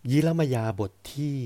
ยิรมยาบทที่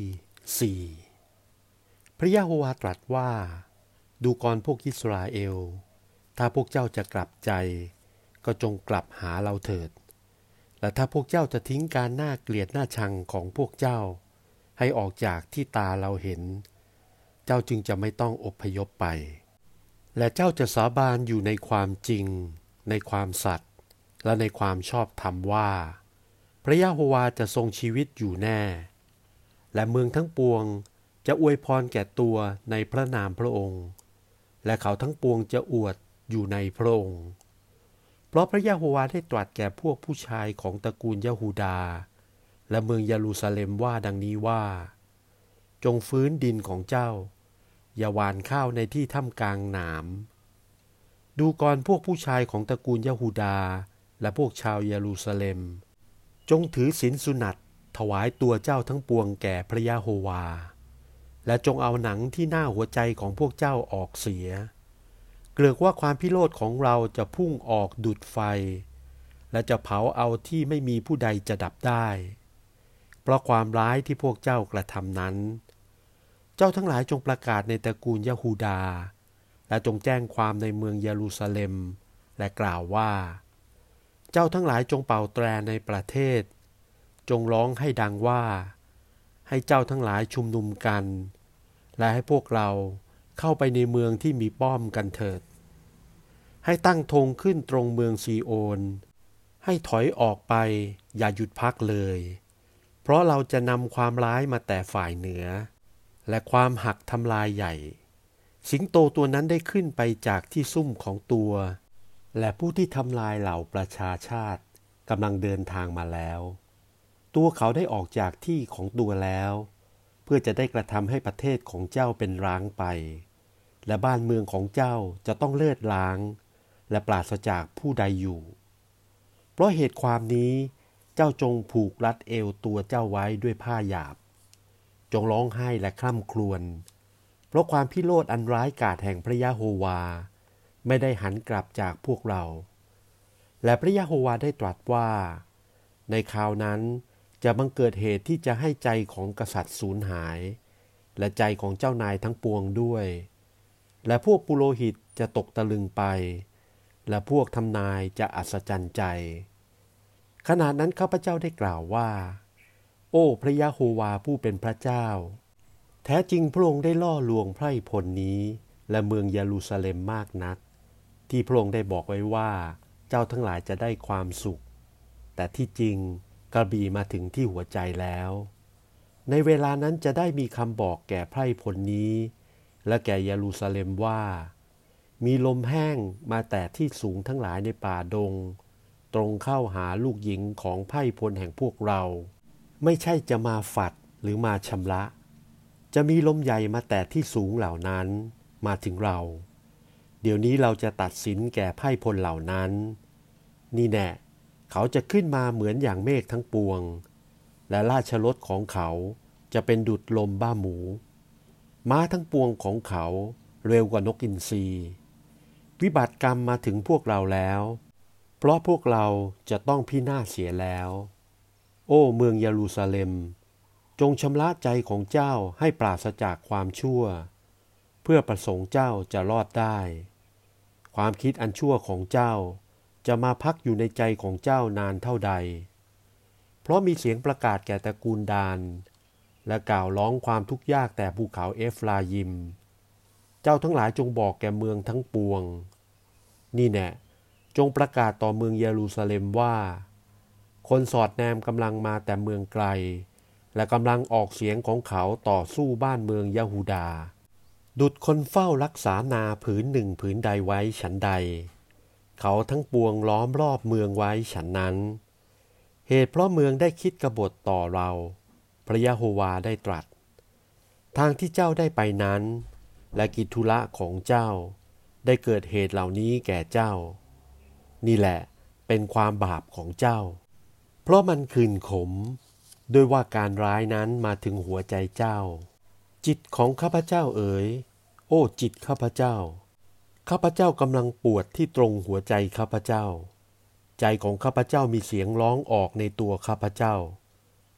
4พระยะโฮวาห์ตรัสว่าดูกรพวกอิสราเอลถ้าพวกเจ้าจะกลับใจก็จงกลับหาเราเถิดและถ้าพวกเจ้าจะทิ้งการน่าเกลียดน่าชังของพวกเจ้าให้ออกจากที่ตาเราเห็นเจ้าจึงจะไม่ต้องอพยพไปและเจ้าจะสาบานอยู่ในความจริงในความสัตย์และในความชอบธรรมว่าพระยะโฮวาห์จะทรงชีวิตอยู่แน่และเมืองทั้งปวงจะอวยพรแก่ตัวในพระนามพระองค์และเขาทั้งปวงจะอวดอยู่ในพระองค์เพราะพระยะโฮวาห์ได้ตรัสแก่พวกผู้ชายของตระกูลยะฮูดาและเมืองเยรูซาเล็มว่าดังนี้ว่าจงฟื้นดินของเจ้าอย่าหว่านข้าวในที่ท่ามกลางหนามดูก่อนพวกผู้ชายของตระกูลยะฮูดาและพวกชาวเยรูซาเล็มจงถือศีลสุนัตถวายตัวเจ้าทั้งปวงแก่พระยะโฮวาห์และจงเอาหนังที่หน้าหัวใจของพวกเจ้าออกเสียเกลือกว่าความพิโรธของเราจะพุ่งออกดุจไฟและจะเผาเอาที่ไม่มีผู้ใดจะดับได้เพราะความร้ายที่พวกเจ้ากระทำนั้นเจ้าทั้งหลายจงประกาศในตระกูลยะฮูดาและจงแจ้งความในเมืองเยรูซาเล็มและกล่าวว่าเจ้าทั้งหลายจงเป่าแตรในประเทศจงร้องให้ดังว่าให้เจ้าทั้งหลายชุมนุมกันและให้พวกเราเข้าไปในเมืองที่มีป้อมกันเถิดให้ตั้งธงขึ้นตรงเมืองซีโอนให้ถอยออกไปอย่าหยุดพักเลยเพราะเราจะนำความร้ายมาแต่ฝ่ายเหนือและความหักทำลายใหญ่สิงโตตัวนั้นได้ขึ้นไปจากที่ซุ่มของตัวและผู้ที่ทำลายเหล่าประชาชาติกำลังเดินทางมาแล้วตัวเขาได้ออกจากที่ของตัวแล้วเพื่อจะได้กระทำให้ประเทศของเจ้าเป็นร้างไปและบ้านเมืองของเจ้าจะต้องเลิศล้างและปราศจากผู้ใดอยู่เพราะเหตุความนี้เจ้าจงผูกรัดเอวตัวเจ้าไว้ด้วยผ้าหยาบจงร้องไห้และคร่ำครวญเพราะความพิโรธอันร้ายกาจแห่งพระยะโฮวาห์ไม่ได้หันกลับจากพวกเราและพระยะโฮวาห์ได้ตรัสว่าในคราวนั้นจะบังเกิดเหตุที่จะให้ใจของกษัตริย์สูญหายและใจของเจ้านายทั้งปวงด้วยและพวกปุโรหิตจะตกตะลึงไปและพวกทำนายจะอัศจรรย์ใจขณะนั้นข้าพเจ้าได้กล่าวว่าโอ้พระยะโฮวาห์ผู้เป็นพระเจ้าแท้จริงพระองค์ได้ล่อลวงไพร่พลนี้และเมืองเยรูซาเล็มมากนักที่พระองค์ได้บอกไว้ว่าเจ้าทั้งหลายจะได้ความสุขแต่ที่จริงกระบี่มาถึงที่หัวใจแล้วในเวลานั้นจะได้มีคำบอกแก่ไพร่พลนี้และแก่เยรูซาเล็มว่ามีลมแห้งมาแต่ที่สูงทั้งหลายในป่าดงตรงเข้าหาลูกหญิงของไพร่พลแห่งพวกเราไม่ใช่จะมาฝัดหรือมาชำระจะมีลมใหญ่มาแต่ที่สูงเหล่านั้นมาถึงเราเดี๋ยวนี้เราจะตัดสินแก่ไพร่พลเหล่านั้นนี่แน่เขาจะขึ้นมาเหมือนอย่างเมฆทั้งปวงและราชรถของเขาจะเป็นดุจลมบ้าหมูม้าทั้งปวงของเขาเร็วกว่านกอินทรีวิบัติกรรมมาถึงพวกเราแล้วเพราะพวกเราจะต้องพินาศเสียแล้วโอ้เมืองเยรูซาเล็มจงชำระใจของเจ้าให้ปราศจากความชั่วเพื่อประสงค์เจ้าจะรอดได้ความคิดอันชั่วของเจ้าจะมาพักอยู่ในใจของเจ้านานเท่าใดเพราะมีเสียงประกาศแก่ตระกูลดานและกล่าวร้องความทุกข์ยากแต่ภูเขาเอฟรายิมเจ้าทั้งหลายจงบอกแก่เมืองทั้งปวงนี่แน่จงประกาศต่อเมืองเยรูซาเล็มว่าคนสอดแนมกำลังมาแต่เมืองไกลและกำลังออกเสียงของเขาต่อสู้บ้านเมืองยะฮูดาดุจคนเฝ้ารักษานาผืนหนึ่งผืนใดไว้ฉันใดเขาทั้งปวงล้อมรอบเมืองไว้ฉันนั้นเหตุเพราะเมืองได้คิดกบฏต่อเราพระยะโฮวาห์ได้ตรัสทางที่เจ้าได้ไปนั้นและกิจธุระของเจ้าได้เกิดเหตุเหล่านี้แก่เจ้านี่แหละเป็นความบาปของเจ้าเพราะมันคืนขมด้วยว่าการร้ายนั้นมาถึงหัวใจเจ้าจิตของข้าพเจ้าเอ๋ยโอ้จิตข้าพเจ้าข้าพเจ้ากำลังปวดที่ตรงหัวใจข้าพเจ้าใจของข้าพเจ้ามีเสียงร้องออกในตัวข้าพเจ้า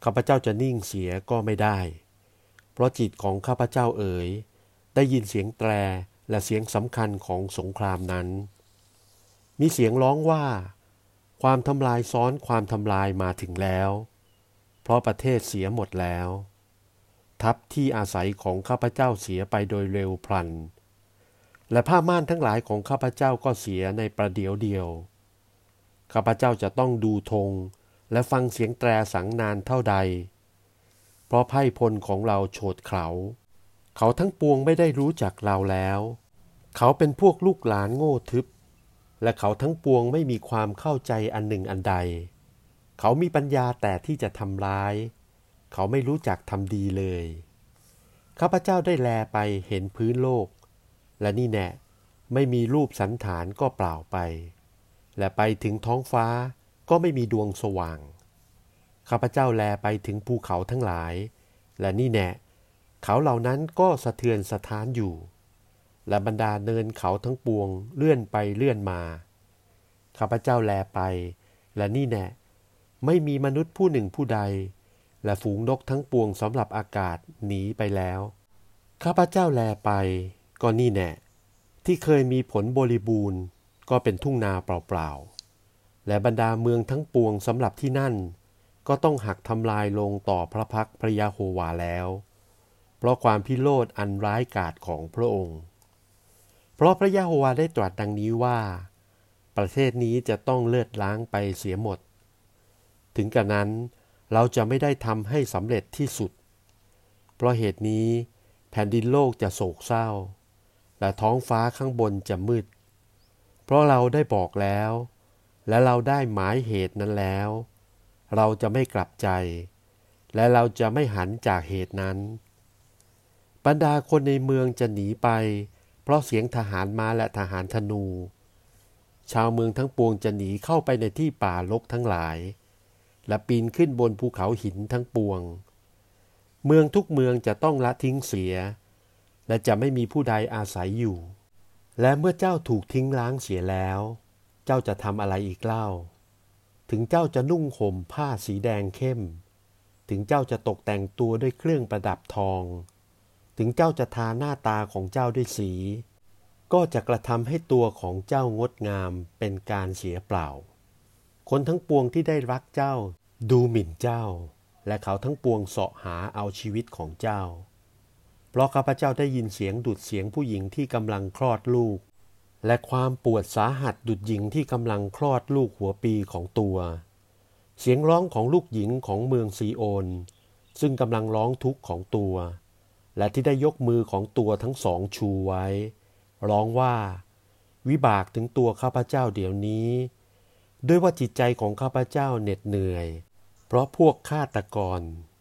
ข้าพเจ้าจะนิ่งเสียก็ไม่ได้เพราะจิตของข้าพเจ้าเอ๋ยได้ยินเสียงแตรและเสียงสำคัญของสงครามนั้นมีเสียงร้องว่าความทำลายซ้อนความทำลายมาถึงแล้วเพราะประเทศเสียหมดแล้วทัพที่อาศัยของข้าพเจ้าเสียไปโดยเร็วพลันและผ้าม่านทั้งหลายของข้าพเจ้าก็เสียในประเดี๋ยวเดียวข้าพเจ้าจะต้องดูธงและฟังเสียงแตรสังนานเท่าใดเพราะไพร่พลของเราโฉดเขาทั้งปวงไม่ได้รู้จักเราแล้วเขาเป็นพวกลูกหลานโง่ทึบและเขาทั้งปวงไม่มีความเข้าใจอันหนึ่งอันใดเขามีปัญญาแต่ที่จะทำร้ายเขาไม่รู้จักทำดีเลยข้าพเจ้าได้แลไปเห็นพื้นโลกและนี่แน่ไม่มีรูปสันฐานก็เปล่าไปและไปถึงท้องฟ้าก็ไม่มีดวงสว่างข้าพเจ้าแลไปถึงภูเขาทั้งหลายและนี่แน่เขาเหล่านั้นก็สะเทือนสะท้านอยู่และบรรดาเนินเขาทั้งปวงเลื่อนไปเลื่อนมาข้าพเจ้าแลไปและนี่แน่ไม่มีมนุษย์ผู้หนึ่งผู้ใดและฝูงนกทั้งปวงสำหรับอากาศหนีไปแล้วข้าพเจ้าแลไปก็นี่แน่ที่เคยมีผลบริบูรณ์ก็เป็นทุ่งนาเปล่าๆและบรรดาเมืองทั้งปวงสำหรับที่นั่นก็ต้องหักทำลายลงต่อพระพักพระยะโฮวาแล้วเพราะความพิโรธอันร้ายกาจของพระองค์เพราะพระยะโฮวาได้ตรัสดังนี้ว่าประเทศนี้จะต้องเลือดล้างไปเสียหมดถึงกระนั้นเราจะไม่ได้ทำให้สำเร็จที่สุดเพราะเหตุนี้แผ่นดินโลกจะโศกเศร้าและท้องฟ้าข้างบนจะมืดเพราะเราได้บอกแล้วและเราได้หมายเหตุนั้นแล้วเราจะไม่กลับใจและเราจะไม่หันจากเหตุนั้นบรรดาคนในเมืองจะหนีไปเพราะเสียงทหารม้าและทหารธนูชาวเมืองทั้งปวงจะหนีเข้าไปในที่ป่ารกทั้งหลายและปีนขึ้นบนภูเขาหินทั้งปวงเมืองทุกเมืองจะต้องละทิ้งเสียและจะไม่มีผู้ใดอาศัยอยู่และเมื่อเจ้าถูกทิ้งล้างเสียแล้วเจ้าจะทำอะไรอีกเล่าถึงเจ้าจะนุ่งห่มผ้าสีแดงเข้มถึงเจ้าจะตกแต่งตัวด้วยเครื่องประดับทองถึงเจ้าจะทาหน้าตาของเจ้าด้วยสีก็จะกระทำให้ตัวของเจ้างดงามเป็นการเสียเปล่าคนทั้งปวงที่ได้รักเจ้าดูหมิ่นเจ้าและเขาทั้งปวงเสาะหาเอาชีวิตของเจ้าเพราะข้าพเจ้าได้ยินเสียงดุจเสียงผู้หญิงที่กำลังคลอดลูกและความปวดสาหัสดุจหญิงที่กำลังคลอดลูกหัวปีของตัวเสียงร้องของลูกหญิงของเมืองซีโอนซึ่งกำลังร้องทุกข์ของตัวและที่ได้ยกมือของตัวทั้งสองชูไว้ร้องว่าวิบากถึงตัวข้าพเจ้าเดี๋ยวนี้ด้วยว่าจิตใจของข้าพเจ้าเหน็ดเหนื่อยเพราะพวกฆาตกร